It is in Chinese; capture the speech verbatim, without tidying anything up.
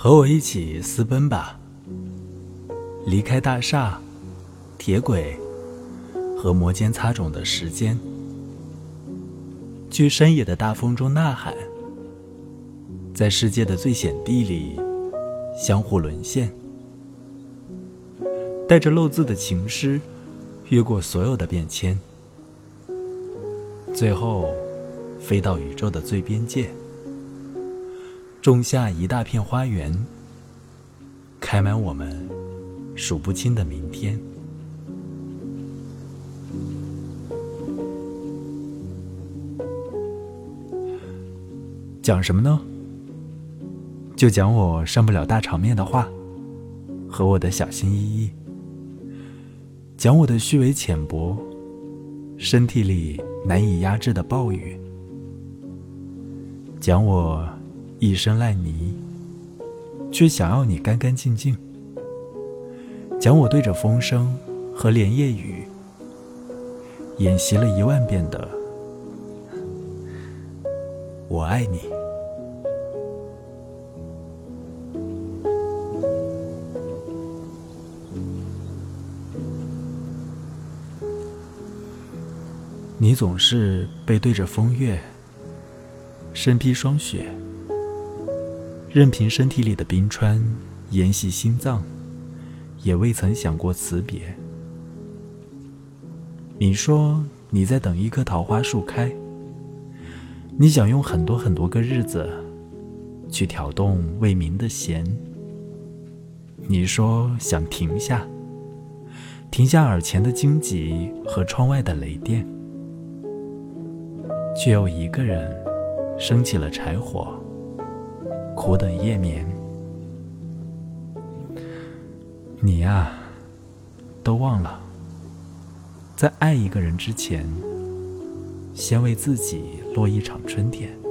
和我一起私奔吧，离开大厦、铁轨和摩肩擦踵的时间，去深野的大风中呐喊，在世界的最险地里相互沦陷，带着漏字的情诗，越过所有的变迁，最后飞到宇宙的最边界，种下一大片花园，开满我们数不清的明天。讲什么呢？就讲我上不了大场面的话，和我的小心翼翼，讲我的虚伪浅薄，身体里难以压制的暴雨，讲我一身烂泥，却想要你干干净净，讲我对着风声和连夜雨演习了一万遍的我爱你。你总是背对着风月，身披霜雪，任凭身体里的冰川沿袭心脏，也未曾想过辞别。你说你在等一棵桃花树开，你想用很多很多个日子去挑动未明的弦。你说想停下，停下耳前的荆棘和窗外的雷电，却又一个人升起了柴火，苦等夜眠。你呀，都忘了，在爱一个人之前，先为自己落一场春天。